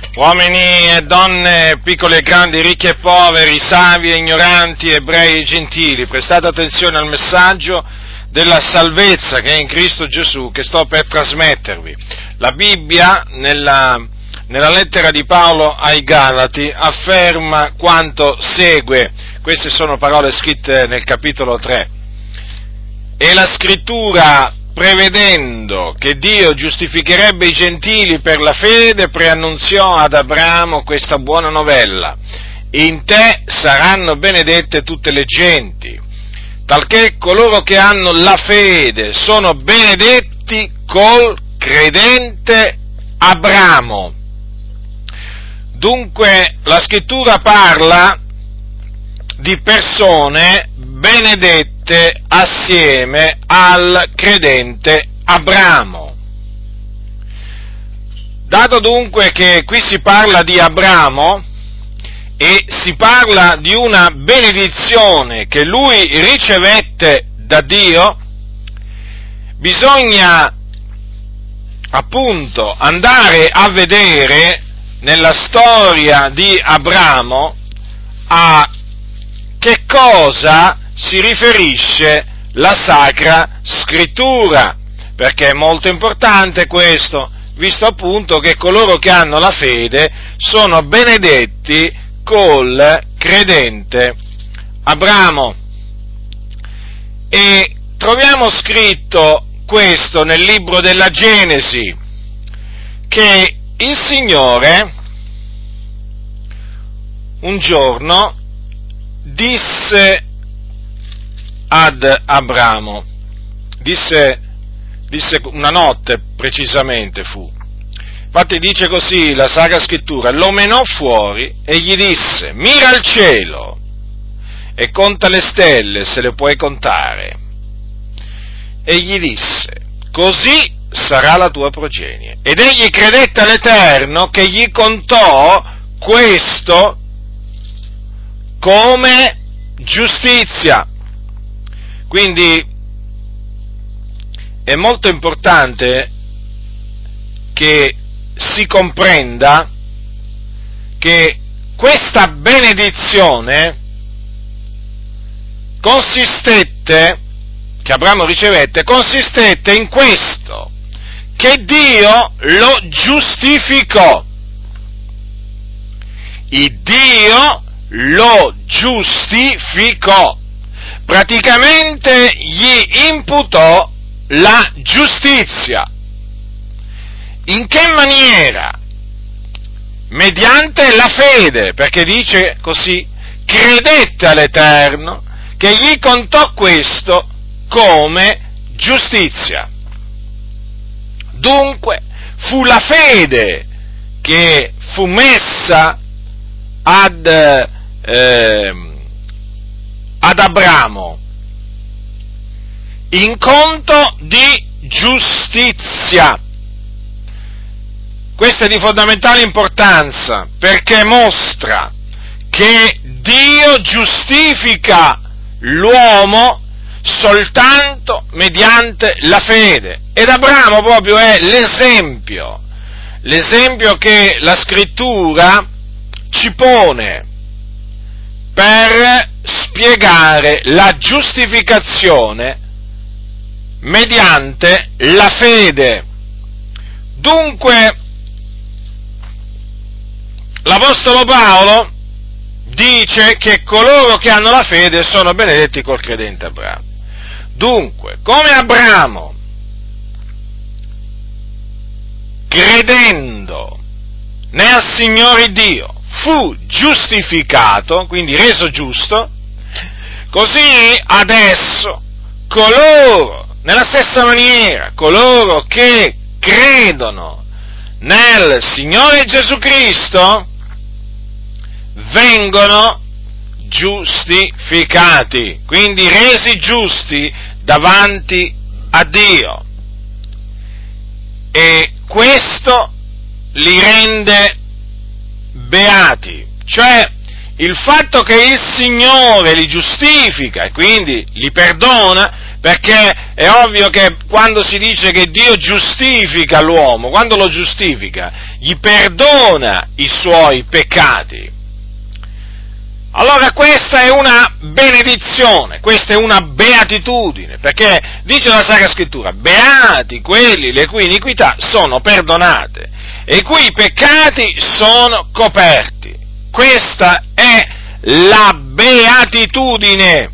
Uomini e donne, piccoli e grandi, ricchi e poveri, savi e ignoranti, ebrei e gentili, prestate attenzione al messaggio della salvezza che è in Cristo Gesù, che sto per trasmettervi. La Bibbia, nella lettera di Paolo ai Galati, afferma quanto segue. Queste sono parole scritte nel capitolo 3. E la Scrittura, prevedendo che Dio giustificherebbe i gentili per la fede, preannunziò ad Abramo questa buona novella: in te saranno benedette tutte le genti, talché coloro che hanno la fede sono benedetti col credente Abramo. Dunque la Scrittura parla di persone benedette assieme al credente Abramo. Dato dunque che qui si parla di Abramo e si parla di una benedizione che lui ricevette da Dio, bisogna appunto andare a vedere nella storia di Abramo a che cosa si riferisce la Sacra Scrittura, perché è molto importante questo, visto appunto che coloro che hanno la fede sono benedetti col credente Abramo. E troviamo scritto questo nel libro della Genesi, che il Signore un giorno disse ad Abramo, disse una notte precisamente fu, infatti dice così la Sacra Scrittura: lo menò fuori e gli disse: mira al cielo e conta le stelle se le puoi contare, e gli disse: così sarà la tua progenie. Ed egli credette all'Eterno che gli contò questo come giustizia. Quindi è molto importante che si comprenda che questa benedizione che Abramo ricevette, consistette in questo, che Dio lo giustificò. Il Dio lo giustificò, praticamente gli imputò la giustizia. In che maniera? Mediante la fede, perché dice così: credette all'Eterno che gli contò questo come giustizia. Dunque fu la fede che fu messa ad Abramo in conto di giustizia. Questo è di fondamentale importanza, perché mostra che Dio giustifica l'uomo soltanto mediante la fede, ed Abramo proprio è l'esempio che la Scrittura ci pone per spiegare la giustificazione mediante la fede. Dunque, l'Apostolo Paolo dice che coloro che hanno la fede sono benedetti col credente Abramo. Dunque, come Abramo, credendo nel Signore Dio, fu giustificato, quindi reso giusto, così adesso nella stessa maniera, coloro che credono nel Signore Gesù Cristo vengono giustificati, quindi resi giusti davanti a Dio, e questo li rende beati, cioè il fatto che il Signore li giustifica e quindi li perdona perché è ovvio che quando si dice che Dio giustifica l'uomo, quando lo giustifica, gli perdona i suoi peccati. Allora questa è una benedizione, questa è una beatitudine, perché dice la Sacra Scrittura: beati quelli le cui iniquità sono perdonate e i cui peccati sono coperti. Questa è la beatitudine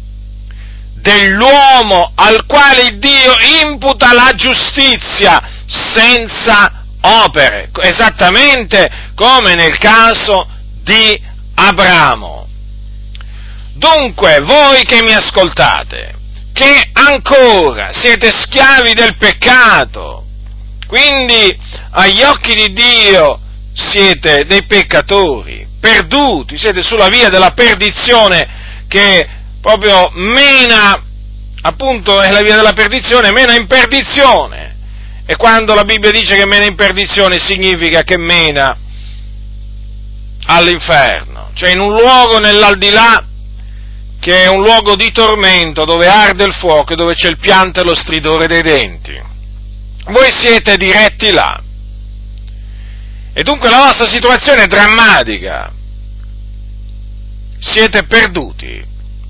dell'uomo al quale Dio imputa la giustizia senza opere, esattamente come nel caso di Abramo. Dunque, voi che mi ascoltate, che ancora siete schiavi del peccato, quindi agli occhi di Dio siete dei peccatori, perduti, siete sulla via della perdizione che proprio mena, appunto è la via della perdizione, mena in perdizione. E quando la Bibbia dice che mena in perdizione significa che mena all'inferno, cioè in un luogo nell'aldilà che è un luogo di tormento, dove arde il fuoco e dove c'è il pianto e lo stridore dei denti. Voi siete diretti là. E dunque la vostra situazione è drammatica. Siete perduti.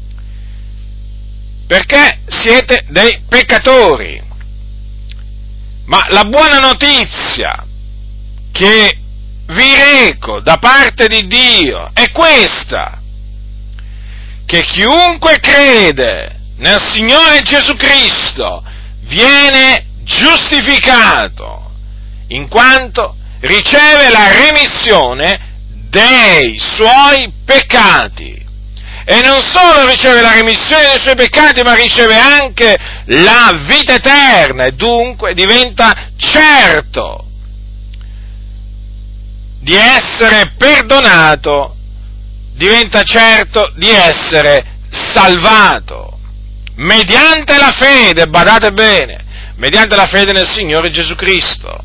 Perché siete dei peccatori. Ma la buona notizia che vi reco da parte di Dio è questa: che chiunque crede nel Signore Gesù Cristo viene giustificato, in quanto riceve la remissione dei suoi peccati. E non solo riceve la remissione dei suoi peccati, ma riceve anche la vita eterna e dunque diventa certo di essere perdonato, diventa certo di essere salvato, mediante la fede, badate bene, mediante la fede nel Signore Gesù Cristo.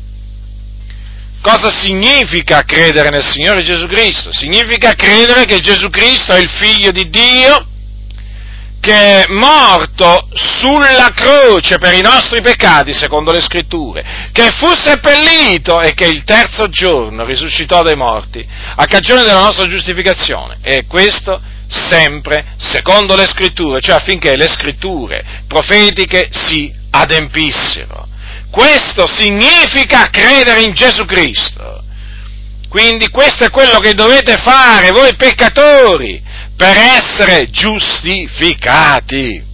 Cosa significa credere nel Signore Gesù Cristo? Significa credere che Gesù Cristo è il Figlio di Dio, che è morto sulla croce per i nostri peccati, secondo le Scritture, che fu seppellito e che il terzo giorno risuscitò dai morti, a cagione della nostra giustificazione. E questo sempre secondo le Scritture, cioè affinché le Scritture profetiche si adempissero. Questo significa credere in Gesù Cristo. Quindi questo è quello che dovete fare voi peccatori per essere giustificati,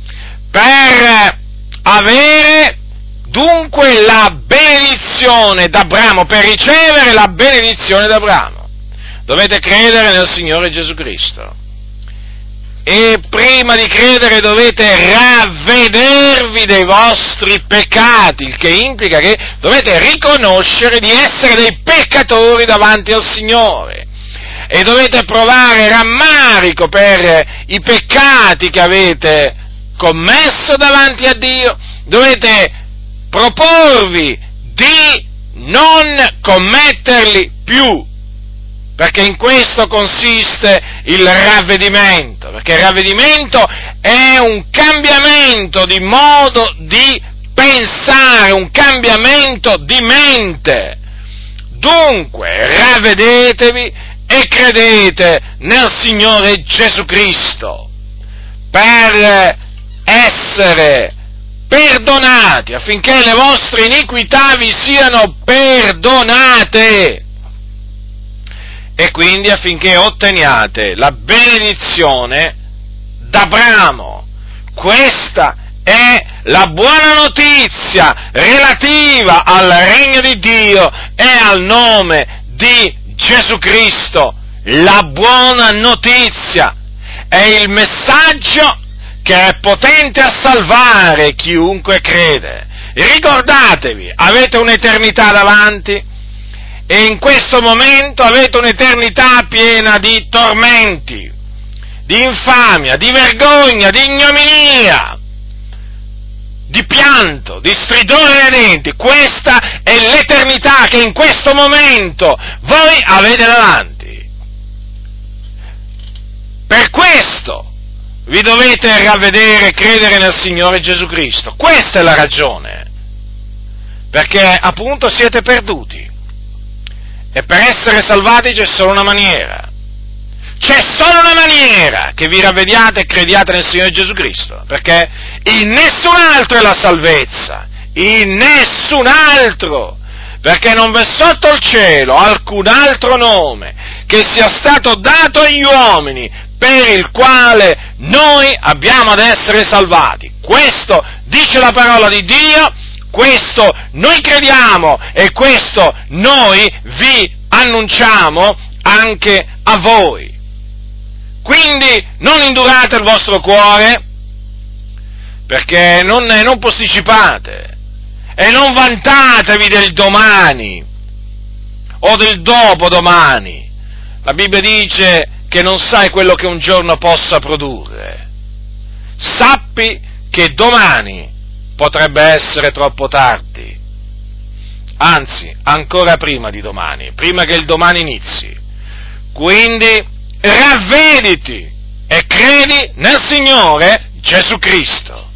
per avere dunque la benedizione d'Abramo, per ricevere la benedizione d'Abramo. Dovete credere nel Signore Gesù Cristo. E prima di credere dovete ravvedervi dei vostri peccati, il che implica che dovete riconoscere di essere dei peccatori davanti al Signore e dovete provare rammarico per i peccati che avete commesso davanti a Dio, dovete proporvi di non commetterli più, perché in questo consiste il ravvedimento, perché il ravvedimento è un cambiamento di modo di pensare, un cambiamento di mente. Dunque, ravvedetevi e credete nel Signore Gesù Cristo per essere perdonati, affinché le vostre iniquità vi siano perdonate. E quindi affinché otteniate la benedizione d'Abramo. Questa è la buona notizia relativa al regno di Dio e al nome di Gesù Cristo. La buona notizia è il messaggio che è potente a salvare chiunque crede. Ricordatevi, avete un'eternità davanti, e in questo momento avete un'eternità piena di tormenti, di infamia, di vergogna, di ignominia, di pianto, di stridore dei denti. Questa è l'eternità che in questo momento voi avete davanti. Per questo vi dovete ravvedere e credere nel Signore Gesù Cristo. Questa è la ragione, perché appunto siete perduti, e per essere salvati c'è solo una maniera. C'è solo una maniera, che vi ravvediate e crediate nel Signore Gesù Cristo, perché in nessun altro è la salvezza, in nessun altro, perché non v'è sotto il cielo alcun altro nome che sia stato dato agli uomini per il quale noi abbiamo ad essere salvati. Questo dice la parola di Dio, questo noi crediamo e questo noi vi annunciamo anche a voi. Quindi non indurate il vostro cuore, perché non posticipate, e non vantatevi del domani o del dopodomani. La Bibbia dice che non sai quello che un giorno possa produrre. Sappi che domani potrebbe essere troppo tardi, anzi, ancora prima di domani, prima che il domani inizi. Quindi ravvediti e credi nel Signore Gesù Cristo.